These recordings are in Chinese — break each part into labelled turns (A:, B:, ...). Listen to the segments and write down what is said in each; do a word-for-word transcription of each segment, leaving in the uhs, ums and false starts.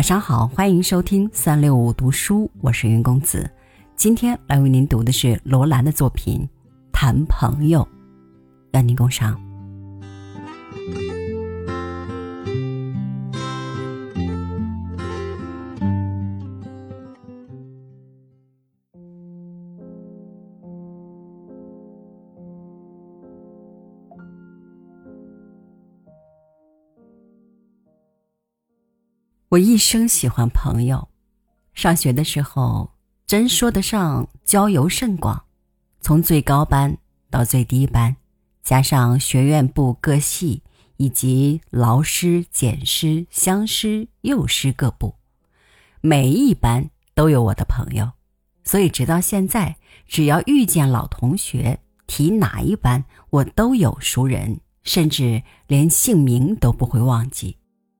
A: 晚上好，欢迎收听三六五读书，我是云公子。今天来为您读的是罗兰的作品《谈朋友》，邀您共赏。我一生喜欢朋友，上学的时候真说得上交游甚广，从最高班到最低班，加上学院部各系以及劳师、检师、乡师、幼师各部，每一班都有我的朋友，所以直到现在，只要遇见老同学，提哪一班我都有熟人，甚至连姓名都不会忘记。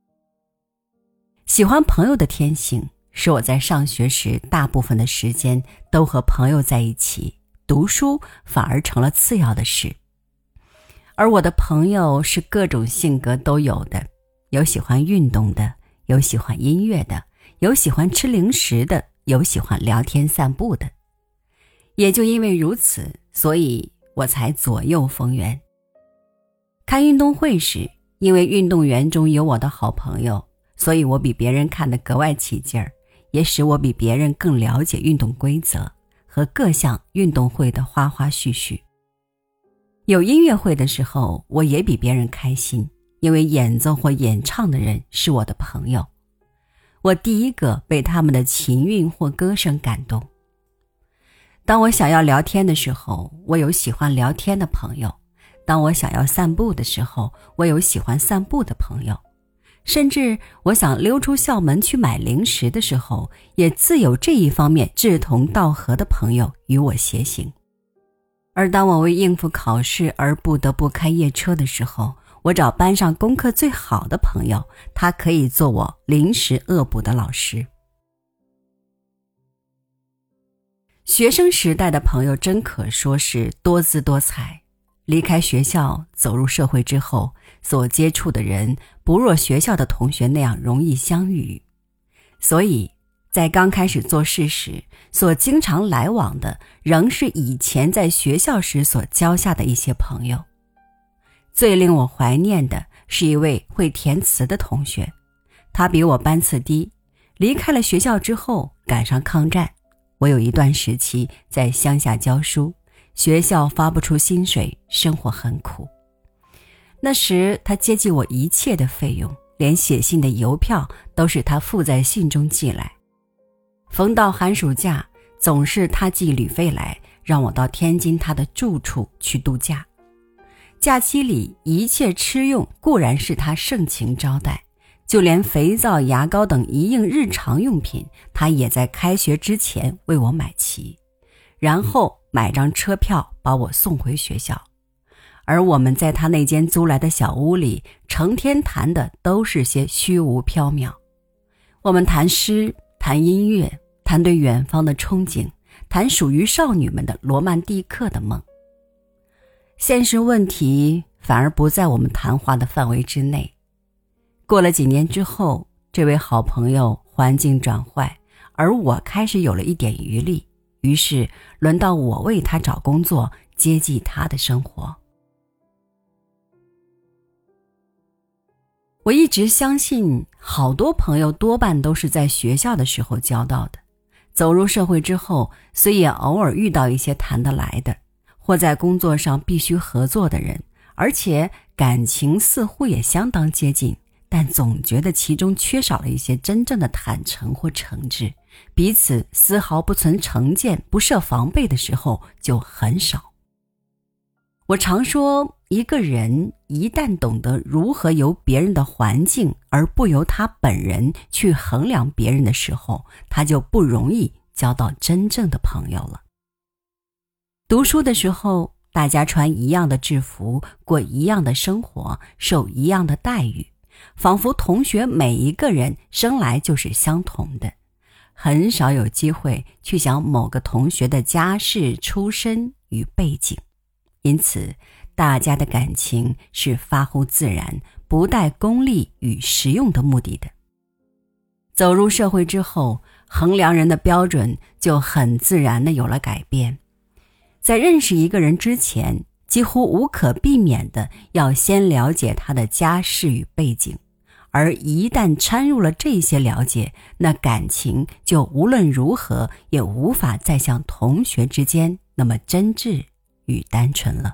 A: 喜欢朋友的天性使我在上学时大部分的时间都和朋友在一起，读书反而成了次要的事。而我的朋友是各种性格都有的，有喜欢运动的，有喜欢音乐的，有喜欢吃零食的，有喜欢聊天散步的。也就因为如此，所以我才左右逢源。看运动会时，因为运动员中有我的好朋友，所以我比别人看得格外起劲儿，也使我比别人更了解运动规则和各项运动会的花花絮絮。有音乐会的时候，我也比别人开心，因为演奏或演唱的人是我的朋友。我第一个被他们的琴韵或歌声感动。当我想要聊天的时候，我有喜欢聊天的朋友；当我想要散步的时候，我有喜欢散步的朋友。甚至我想溜出校门去买零食的时候，也自有这一方面志同道合的朋友与我携行。而当我为应付考试而不得不开夜车的时候，我找班上功课最好的朋友，他可以做我临时恶补的老师。学生时代的朋友真可说是多姿多彩，离开学校走入社会之后，所接触的人不若学校的同学那样容易相遇，所以在刚开始做事时，所经常来往的仍是以前在学校时所交下的一些朋友。最令我怀念的是一位会填词的同学，他比我班次低，离开了学校之后赶上抗战，我有一段时期在乡下教书，学校发不出薪水，生活很苦。那时他接济我一切的费用，连写信的邮票都是他附在信中寄来。逢到寒暑假，总是他寄旅费来，让我到天津他的住处去度假。假期里一切吃用固然是他盛情招待，就连肥皂、牙膏等一应日常用品，他也在开学之前为我买齐，然后买张车票把我送回学校。而我们在他那间租来的小屋里，成天谈的都是些虚无缥缈。我们谈诗，谈音乐，谈对远方的憧憬，谈属于少女们的罗曼蒂克的梦。现实问题反而不在我们谈话的范围之内。过了几年之后，这位好朋友环境转坏，而我开始有了一点余力，于是轮到我为他找工作，接济他的生活。我一直相信，好多朋友多半都是在学校的时候交到的，走入社会之后，虽也偶尔遇到一些谈得来的，或在工作上必须合作的人，而且感情似乎也相当接近，但总觉得其中缺少了一些真正的坦诚或诚挚，彼此丝毫不存成见，不设防备的时候就很少。我常说，一个人一旦懂得如何由别人的环境而不由他本人去衡量别人的时候，他就不容易交到真正的朋友了。读书的时候，大家穿一样的制服，过一样的生活，受一样的待遇，仿佛同学每一个人生来就是相同的，很少有机会去想某个同学的家世、出身与背景。因此大家的感情是发乎自然，不带功利与实用的目的的。 走入社会之后，衡量人的标准就很自然地有了改变。在认识一个人之前，几乎无可避免的要先了解他的家世与背景，而一旦掺入了这些了解，那感情就无论如何也无法再像同学之间那么真挚与单纯了。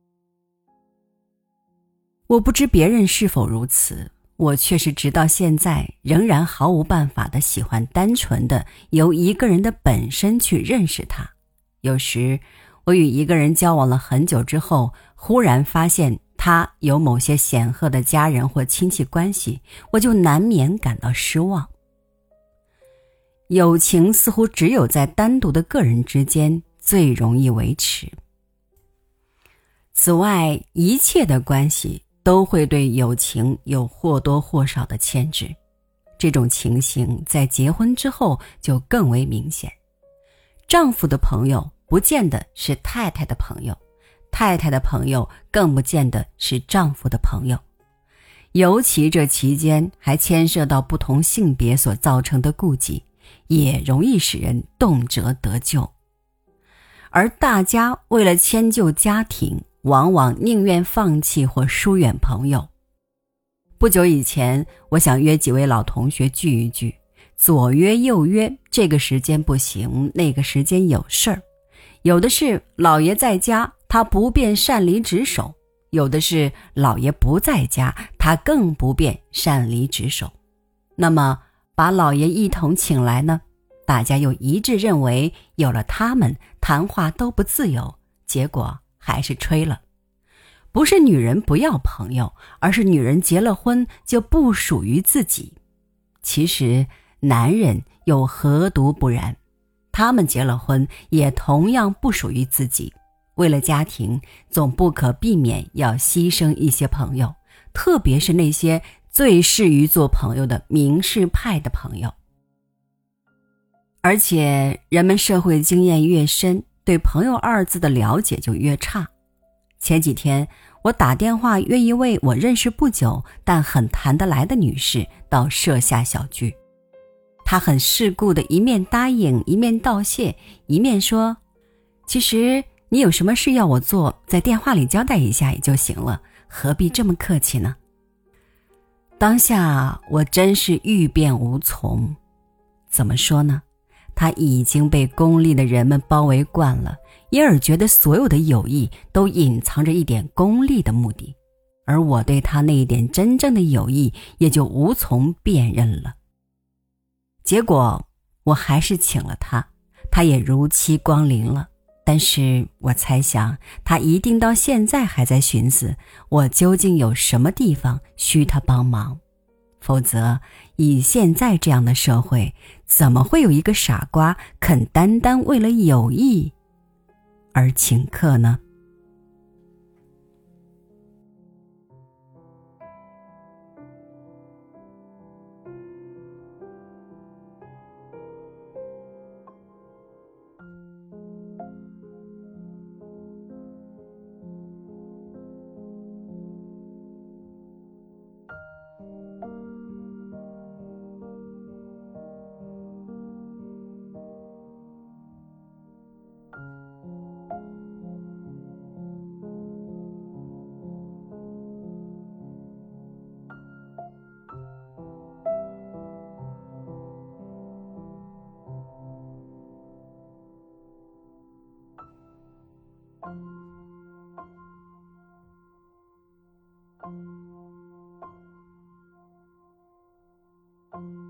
A: 我不知别人是否如此，我却是直到现在仍然毫无办法的喜欢单纯的由一个人的本身去认识他。有时我与一个人交往了很久之后，忽然发现他有某些显赫的家人或亲戚关系，我就难免感到失望。友情似乎只有在单独的个人之间最容易维持。此外，一切的关系都会对友情有或多或少的牵制，这种情形在结婚之后就更为明显。丈夫的朋友不见得是太太的朋友，太太的朋友更不见得是丈夫的朋友，尤其这期间还牵涉到不同性别所造成的顾忌，也容易使人动辄得咎。而大家为了迁就家庭，往往宁愿放弃或疏远朋友。不久以前，我想约几位老同学聚一聚，左约右约，这个时间不行，那个时间有事儿。有的是老爷在家，他不便擅离职守；有的是老爷不在家，他更不便擅离职守。那么把老爷一同请来呢？大家又一致认为，有了他们，谈话都不自由，结果还是吹了。不是女人不要朋友，而是女人结了婚就不属于自己。其实男人又何独不然，他们结了婚也同样不属于自己。为了家庭，总不可避免要牺牲一些朋友，特别是那些最适于做朋友的名士派的朋友。而且人们社会经验越深，对朋友二字的了解就越差。前几天我打电话约一位我认识不久但很谈得来的女士到舍下小聚，她很世故的一面答应，一面道谢，一面说，其实你有什么事要我做，在电话里交代一下也就行了，何必这么客气呢？当下我真是欲辩无从。怎么说呢？他已经被功利的人们包围惯了，因而觉得所有的友谊都隐藏着一点功利的目的，而我对他那一点真正的友谊也就无从辨认了。结果我还是请了他，他也如期光临了。但是我猜想他一定到现在还在寻思我究竟有什么地方需他帮忙，否则以现在这样的社会，怎么会有一个傻瓜肯单单为了友谊而请客呢？Thank you.